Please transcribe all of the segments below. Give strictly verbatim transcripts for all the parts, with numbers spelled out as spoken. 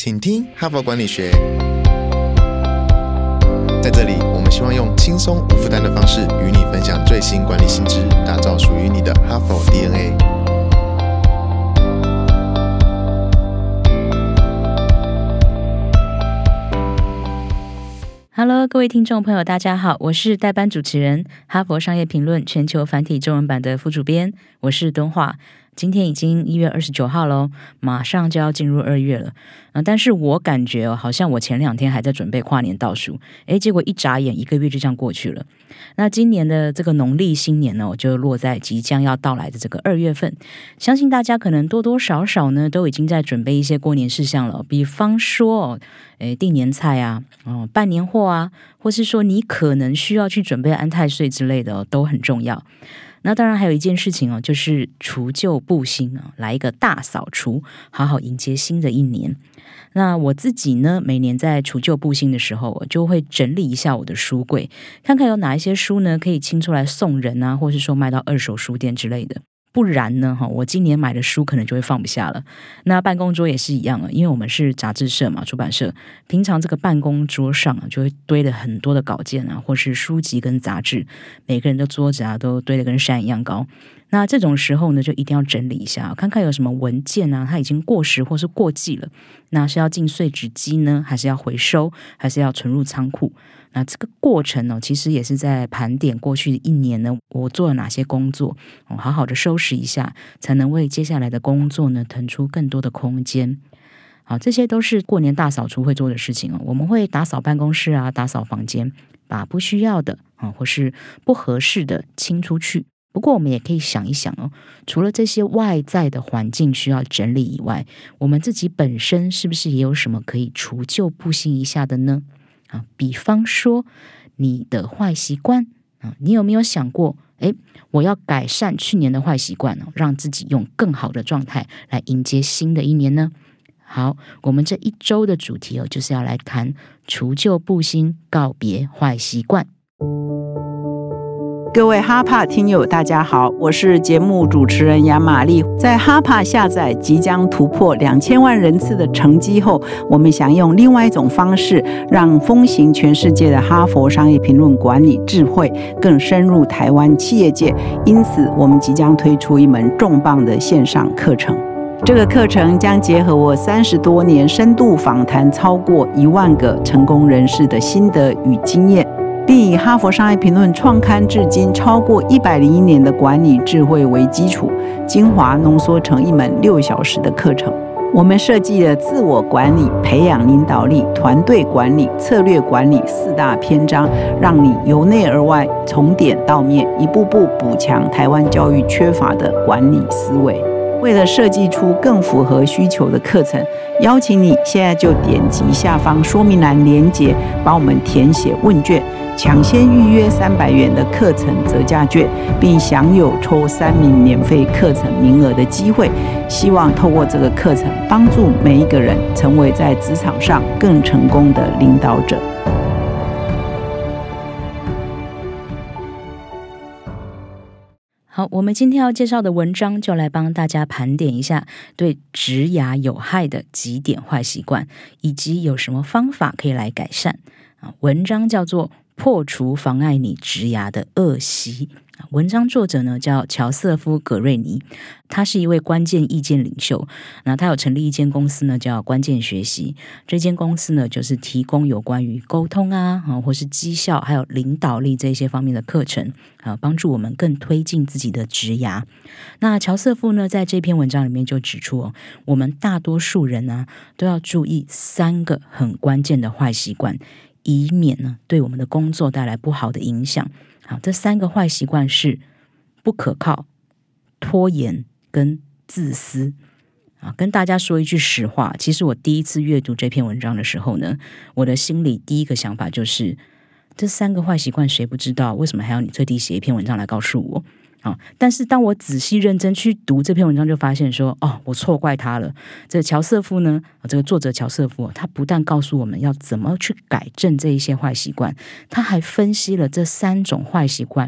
请听哈佛管理学。在这里，我们希望用轻松无负担的方式与你分享最新管理新知，打造属于你的哈佛 D N A。Hello， 各位听众朋友，大家好，我是代班主持人，哈佛商业评论全球繁体中文版的副主编，我是敦化。今天已经一月二十九号喽，马上就要进入二月了、呃、但是我感觉哦，好像我前两天还在准备跨年倒数，诶，结果一眨眼一个月就这样过去了。那今年的这个农历新年呢，就落在即将要到来的这个二月份，相信大家可能多多少少呢都已经在准备一些过年事项了，比方说诶订年菜啊、哦、办年货啊，或是说你可能需要去准备安太岁之类的、哦、都很重要。那当然还有一件事情哦，就是除旧布新啊，来一个大扫除，好好迎接新的一年。那我自己呢，每年在除旧布新的时候，我就会整理一下我的书柜，看看有哪一些书呢可以清出来送人啊，或是说卖到二手书店之类的。不然呢，我今年买的书可能就会放不下了。那办公桌也是一样啊，因为我们是杂志社嘛，出版社，平常这个办公桌上啊，就会堆了很多的稿件啊，或是书籍跟杂志，每个人的桌子啊都堆得跟山一样高。那这种时候呢，就一定要整理一下，看看有什么文件啊，它已经过时或是过季了，那是要进碎纸机呢，还是要回收，还是要存入仓库？那这个过程呢、哦，其实也是在盘点过去一年呢，我做了哪些工作，哦、好好的收拾一下，才能为接下来的工作呢腾出更多的空间。好，这些都是过年大扫除会做的事情哦。我们会打扫办公室啊，打扫房间，把不需要的啊、哦、或是不合适的清出去。不过我们也可以想一想哦，除了这些外在的环境需要整理以外，我们自己本身是不是也有什么可以除旧布新一下的呢？啊，比方说你的坏习惯啊，你有没有想过，诶，我要改善去年的坏习惯，让自己用更好的状态来迎接新的一年呢？好，我们这一周的主题哦，就是要来谈除旧布新，告别坏习惯。 各位哈帕听友大家好，我是节目主持人杨玛丽。在哈帕下载即将突破两千万人次的成绩后，我们想用另外一种方式，让风行全世界的哈佛商业评论管理智慧更深入台湾企业界，因此我们即将推出一门重磅的线上课程。这个课程将结合我三十多年深度访谈超过一万个成功人士的心得与经验，并以哈佛商业评论创刊至今超过一百零一年的管理智慧为基础，精华浓缩成一门六小时的课程。我们设计了自我管理、培养领导力、团队管理、策略管理四大篇章，让你由内而外，从点到面，一步步补强台湾教育缺乏的管理思维。为了设计出更符合需求的课程，邀请你现在就点击下方说明栏连结，帮我们填写问卷，抢先预约三百元的课程折价券，并享有抽三名免费课程名额的机会。希望透过这个课程，帮助每一个人成为在职场上更成功的领导者。 好，我们今天要介绍的文章就来帮大家盘点一下对职涯有害的几点坏习惯，以及有什么方法可以来改善。文章叫做破除妨碍你职涯的恶习。文章作者呢叫乔瑟夫·葛瑞尼，他是一位关键意见领袖。那他有成立一间公司呢，叫关键学习。这间公司呢，就是提供有关于沟通啊，或是绩效，还有领导力这些方面的课程啊，帮助我们更推进自己的职涯。那乔瑟夫呢，在这篇文章里面就指出哦，我们大多数人啊，都要注意三个很关键的坏习惯，以免呢对我们的工作带来不好的影响。好，这三个坏习惯是不可靠、拖延跟自私。啊，跟大家说一句实话，其实我第一次阅读这篇文章的时候呢，我的心里第一个想法就是，这三个坏习惯谁不知道？为什么还要你特地写一篇文章来告诉我？啊！但是当我仔细认真去读这篇文章，就发现说，哦，我错怪他了。这个乔瑟夫呢，这个作者乔瑟夫，他不但告诉我们要怎么去改正这一些坏习惯，他还分析了这三种坏习惯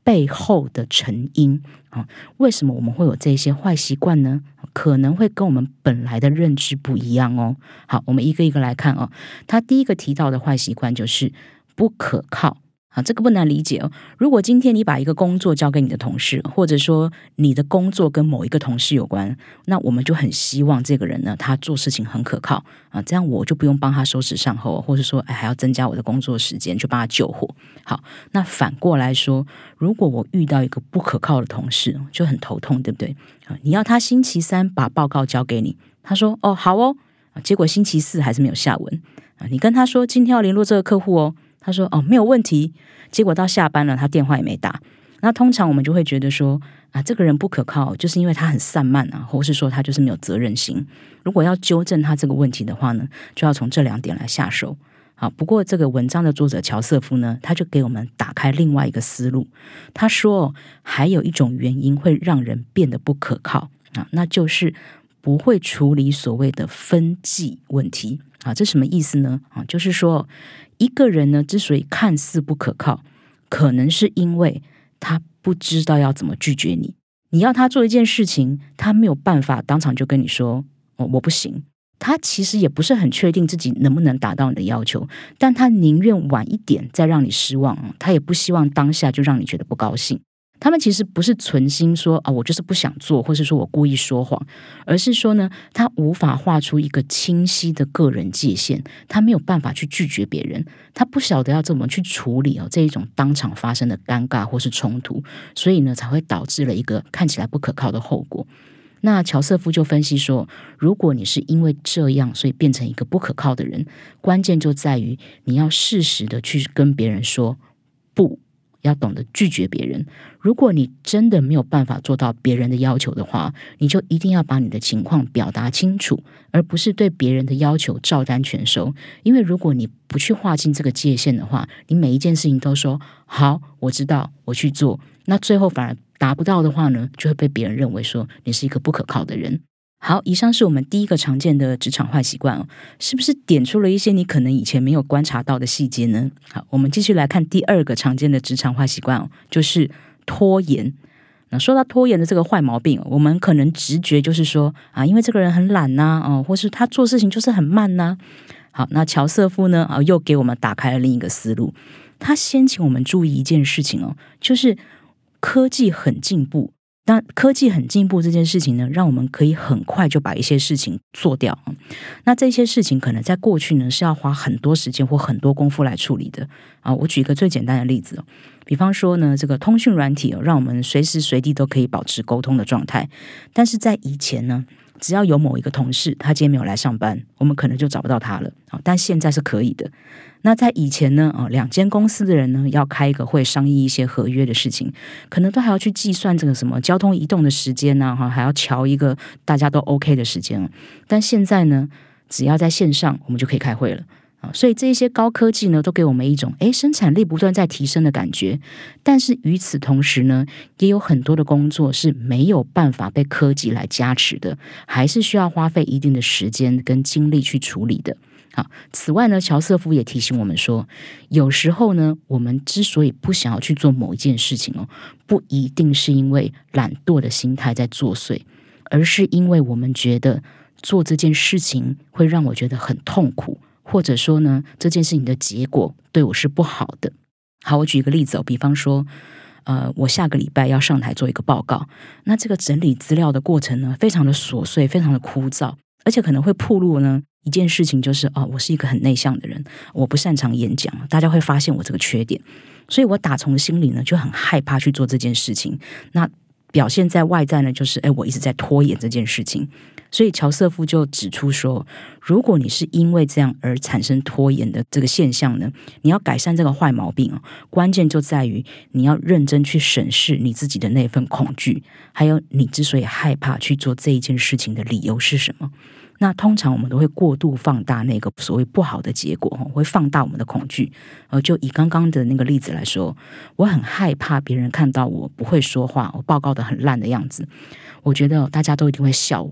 背后的成因啊，为什么我们会有这些坏习惯呢？可能会跟我们本来的认知不一样哦。好，我们一个一个来看哦。他第一个提到的坏习惯就是不可靠。啊，这个不难理解哦。如果今天你把一个工作交给你的同事，或者说你的工作跟某一个同事有关，那我们就很希望这个人呢，他做事情很可靠啊，这样我就不用帮他收拾善后，或者说哎还要增加我的工作时间去帮他救火。好，那反过来说，如果我遇到一个不可靠的同事，就很头痛，对不对？啊，你要他星期三把报告交给你，他说哦好哦，结果星期四还是没有下文啊。你跟他说今天要联络这个客户哦。他说哦没有问题，结果到下班了他电话也没打。那通常我们就会觉得说啊这个人不可靠，就是因为他很散漫啊，或是说他就是没有责任心。如果要纠正他这个问题的话呢，就要从这两点来下手。好，不过这个文章的作者乔瑟夫呢，他就给我们打开另外一个思路。他说还有一种原因会让人变得不可靠啊，那就是不会处理所谓的分际问题啊。这什么意思呢？啊，就是说一个人呢，之所以看似不可靠，可能是因为他不知道要怎么拒绝你。你要他做一件事情，他没有办法当场就跟你说哦，我不行。他其实也不是很确定自己能不能达到你的要求，但他宁愿晚一点再让你失望，他也不希望当下就让你觉得不高兴。他们其实不是存心说啊，我就是不想做，或是说我故意说谎，而是说呢，他无法画出一个清晰的个人界限，他没有办法去拒绝别人，他不晓得要怎么去处理哦这一种当场发生的尴尬或是冲突，所以呢，才会导致了一个看起来不可靠的后果。那乔瑟夫就分析说，如果你是因为这样所以变成一个不可靠的人，关键就在于你要适时的去跟别人说不，要懂得拒绝别人。如果你真的没有办法做到别人的要求的话，你就一定要把你的情况表达清楚，而不是对别人的要求照单全收。因为如果你不去划清这个界限的话，你每一件事情都说好，我知道，我去做，那最后反而达不到的话呢，就会被别人认为说你是一个不可靠的人。好，以上是我们第一个常见的职场坏习惯哦，是不是点出了一些你可能以前没有观察到的细节呢？好，我们继续来看第二个常见的职场坏习惯哦，就是拖延。那说到拖延的这个坏毛病，我们可能直觉就是说啊，因为这个人很懒呐、啊，哦，或是他做事情就是很慢呐、啊。好，那乔瑟夫呢，啊，又给我们打开了另一个思路。他先请我们注意一件事情哦，就是科技很进步。那科技很进步这件事情呢，让我们可以很快就把一些事情做掉。那这些事情可能在过去呢是要花很多时间或很多功夫来处理的啊。我举一个最简单的例子哦，比方说呢，这个通讯软体哦，让我们随时随地都可以保持沟通的状态。但是在以前呢，只要有某一个同事他今天没有来上班，我们可能就找不到他了。但现在是可以的。那在以前呢，两间公司的人呢要开一个会商议一些合约的事情，可能都还要去计算这个什么交通移动的时间啊，还要瞧一个大家都 OK 的时间。但现在呢，只要在线上，我们就可以开会了。所以这些高科技呢，都给我们一种诶生产力不断在提升的感觉。但是与此同时呢，也有很多的工作是没有办法被科技来加持的，还是需要花费一定的时间跟精力去处理的。好，此外呢，乔瑟夫也提醒我们说，有时候呢，我们之所以不想要去做某一件事情哦，不一定是因为懒惰的心态在作祟，而是因为我们觉得做这件事情会让我觉得很痛苦，或者说呢，这件事情的结果对我是不好的。好，我举一个例子哦，比方说，呃，我下个礼拜要上台做一个报告，那这个整理资料的过程呢，非常的琐碎，非常的枯燥，而且可能会暴露呢一件事情，就是哦，我是一个很内向的人，我不擅长演讲，大家会发现我这个缺点，所以我打从心里呢就很害怕去做这件事情。那表现在外在呢，就是哎，我一直在拖延这件事情。所以乔瑟夫就指出说，如果你是因为这样而产生拖延的这个现象呢，你要改善这个坏毛病哦，关键就在于你要认真去审视你自己的那份恐惧，还有你之所以害怕去做这一件事情的理由是什么。那通常我们都会过度放大那个所谓不好的结果，会放大我们的恐惧。呃，就以刚刚的那个例子来说，我很害怕别人看到我不会说话，我报告的很烂的样子，我觉得大家都一定会笑我，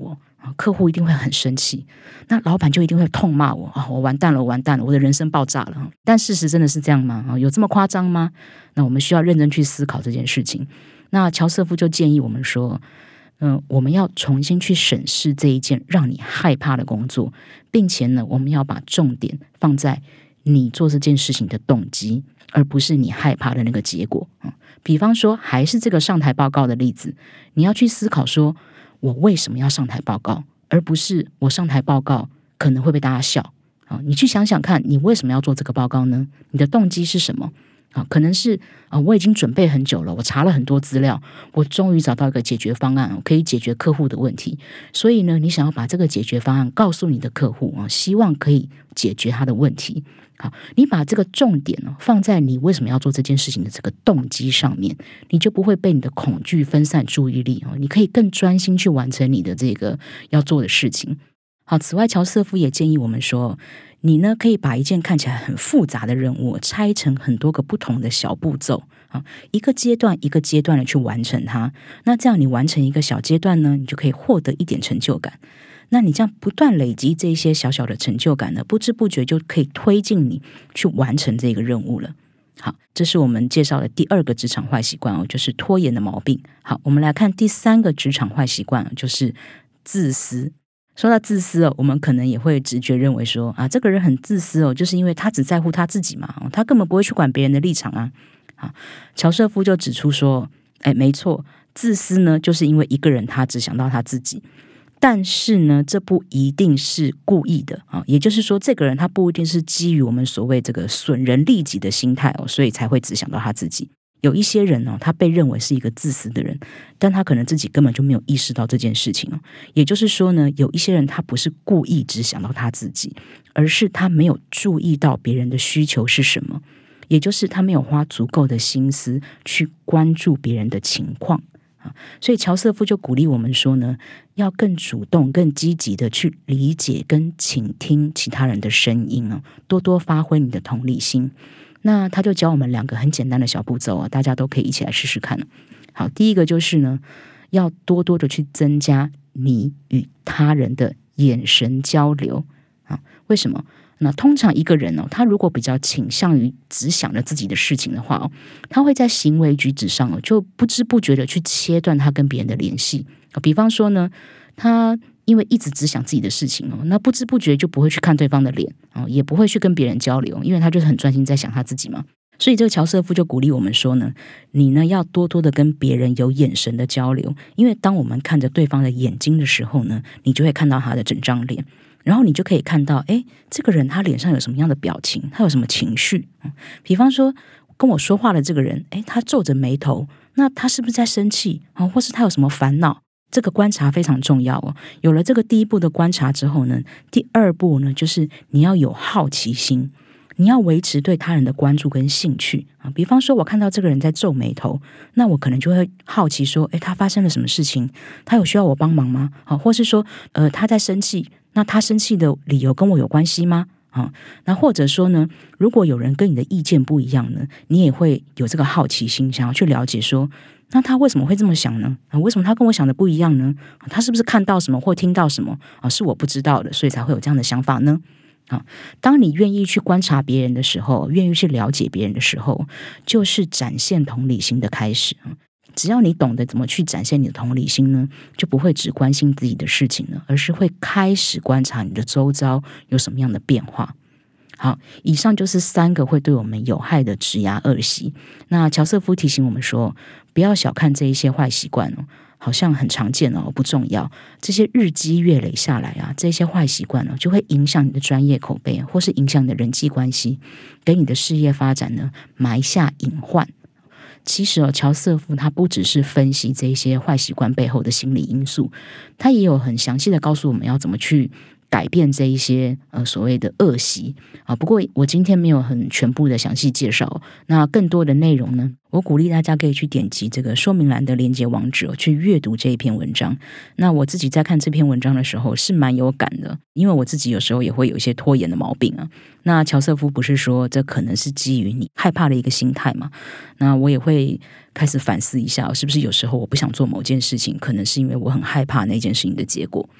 客户一定会很生气，那老板就一定会痛骂我啊，我完蛋了，我完蛋了，我的人生爆炸了。但事实真的是这样吗？有这么夸张吗？那我们需要认真去思考这件事情。那乔瑟夫就建议我们说，嗯、呃，我们要重新去审视这一件让你害怕的工作，并且呢，我们要把重点放在你做这件事情的动机，而不是你害怕的那个结果。嗯，比方说，还是这个上台报告的例子，你要去思考说，我为什么要上台报告，而不是我上台报告可能会被大家笑。啊，你去想想看，你为什么要做这个报告呢？你的动机是什么？啊，可能是啊，我已经准备很久了，我查了很多资料，我终于找到一个解决方案，可以解决客户的问题。所以呢，你想要把这个解决方案告诉你的客户啊，希望可以解决他的问题。好，你把这个重点呢放在你为什么要做这件事情的这个动机上面，你就不会被你的恐惧分散注意力哦，你可以更专心去完成你的这个要做的事情。好，此外，乔瑟夫也建议我们说，你呢可以把一件看起来很复杂的任务拆成很多个不同的小步骤啊，一个阶段一个阶段的去完成它。那这样你完成一个小阶段呢，你就可以获得一点成就感。那你这样不断累积这些小小的成就感呢，不知不觉就可以推进你去完成这个任务了。好，这是我们介绍的第二个职场坏习惯哦，就是拖延的毛病。好，我们来看第三个职场坏习惯，就是自私。说到自私哦，我们可能也会直觉认为说啊，这个人很自私哦，就是因为他只在乎他自己嘛，他根本不会去管别人的立场啊。好，乔瑟夫就指出说，哎，没错，自私呢，就是因为一个人他只想到他自己。但是呢，这不一定是故意的啊，也就是说，这个人他不一定是基于我们所谓这个损人利己的心态哦，所以才会只想到他自己。有一些人哦，他被认为是一个自私的人，但他可能自己根本就没有意识到这件事情哦。也就是说呢，有一些人他不是故意只想到他自己，而是他没有注意到别人的需求是什么，也就是他没有花足够的心思去关注别人的情况。所以乔瑟夫就鼓励我们说呢，要更主动、更积极的去理解跟倾听其他人的声音啊，多多发挥你的同理心。那他就教我们两个很简单的小步骤啊，大家都可以一起来试试看。好，第一个就是呢，要多多的去增加你与他人的眼神交流啊。为什么？那通常一个人哦，他如果比较倾向于只想着自己的事情的话哦，他会在行为举止上哦，就不知不觉的去切断他跟别人的联系。比方说呢，他因为一直只想自己的事情哦，那不知不觉就不会去看对方的脸哦，也不会去跟别人交流，因为他就是很专心在想他自己嘛。所以这个乔瑟夫就鼓励我们说呢，你呢要多多的跟别人有眼神的交流，因为当我们看着对方的眼睛的时候呢，你就会看到他的整张脸。然后你就可以看到，哎，这个人他脸上有什么样的表情，他有什么情绪。嗯，比方说跟我说话的这个人，哎，他皱着眉头，那他是不是在生气啊？或是他有什么烦恼？这个观察非常重要哦。有了这个第一步的观察之后呢，第二步呢，就是你要有好奇心，你要维持对他人的关注跟兴趣啊。比方说，我看到这个人在皱眉头，那我可能就会好奇说，哎，他发生了什么事情？他有需要我帮忙吗？啊，或是说，呃，他在生气。那他生气的理由跟我有关系吗？啊，那或者说呢，如果有人跟你的意见不一样呢，你也会有这个好奇心，想要去了解说，那他为什么会这么想呢？啊，为什么他跟我想的不一样呢？啊，他是不是看到什么或听到什么啊，是我不知道的，所以才会有这样的想法呢？啊，当你愿意去观察别人的时候，愿意去了解别人的时候，就是展现同理心的开始。只要你懂得怎么去展现你的同理心呢，就不会只关心自己的事情了，而是会开始观察你的周遭有什么样的变化。好，以上就是三个会对我们有害的职涯恶习。那乔瑟夫提醒我们说，不要小看这一些坏习惯哦，好像很常见哦，不重要。这些日积月累下来啊，这些坏习惯呢，就会影响你的专业口碑，或是影响你的人际关系，给你的事业发展呢埋下隐患。其实哦，乔瑟夫他不只是分析这些坏习惯背后的心理因素，他也有很详细的告诉我们要怎么去改变这一些呃所谓的恶习啊。不过我今天没有很全部的详细介绍，那更多的内容呢，我鼓励大家可以去点击这个说明栏的连结网址，去阅读这一篇文章。那我自己在看这篇文章的时候是蛮有感的，因为我自己有时候也会有一些拖延的毛病啊。那乔瑟夫不是说这可能是基于你害怕的一个心态嘛？那我也会开始反思一下，是不是有时候我不想做某件事情，可能是因为我很害怕那件事情的结果。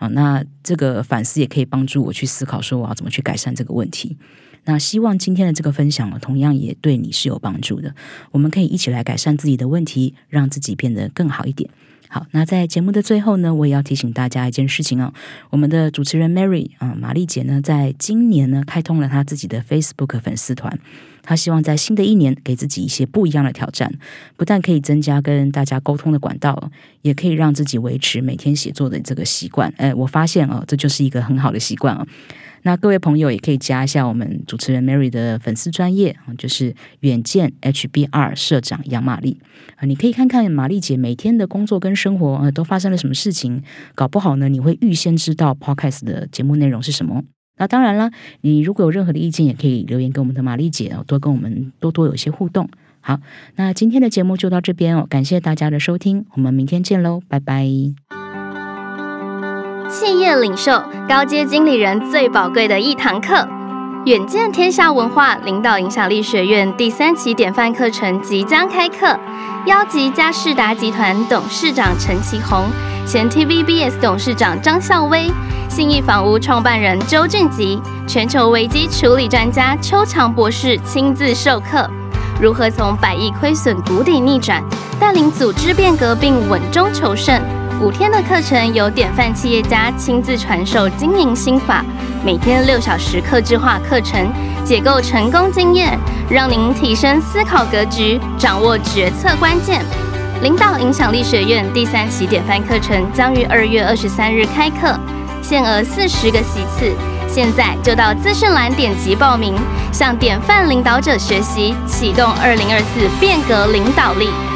啊，那这个反思也可以帮助我去思考说我要怎么去改善这个问题。那希望今天的这个分享同样也对你是有帮助的，我们可以一起来改善自己的问题，让自己变得更好一点。好，那在节目的最后呢，我也要提醒大家一件事情哦，我们的主持人 Mary 啊、呃，玛丽姐呢，在今年呢开通了她自己的 Facebook 粉丝团，她希望在新的一年给自己一些不一样的挑战，不但可以增加跟大家沟通的管道，也可以让自己维持每天写作的这个习惯。哎，我发现哦，这就是一个很好的习惯哦。那各位朋友也可以加一下我们主持人 Mary 的粉丝专页，就是远见 H B R 社长杨玛丽。你可以看看玛丽姐每天的工作跟生活、呃、都发生了什么事情，搞不好呢你会预先知道 Podcast 的节目内容是什么。那当然了，你如果有任何的意见也可以留言给我们的玛丽姐，多跟我们多多有一些互动。好，那今天的节目就到这边哦，感谢大家的收听，我们明天见喽，拜拜。 企业领袖、高阶经理人最宝贵的一堂课，远见天下文化领导影响力学院第三期典范课程即将开课，邀集嘉士达集团董事长陈其宏、前 T V B S 董事长张孝威、信义房屋创办人周俊吉、全球危机处理专家邱长博士亲自授课，如何从百亿亏损谷底逆转，带领组织变革并稳中求胜。五天的课程由典范企业家亲自传授经营心法，每天六小时客制化课程，解构成功经验，让您提升思考格局，掌握决策关键。领导影响力学院第三期典范课程将于二月二十三日开课，限额四十个席次，现在就到资讯栏点击报名，向典范领导者学习，启动二零二四变革领导力。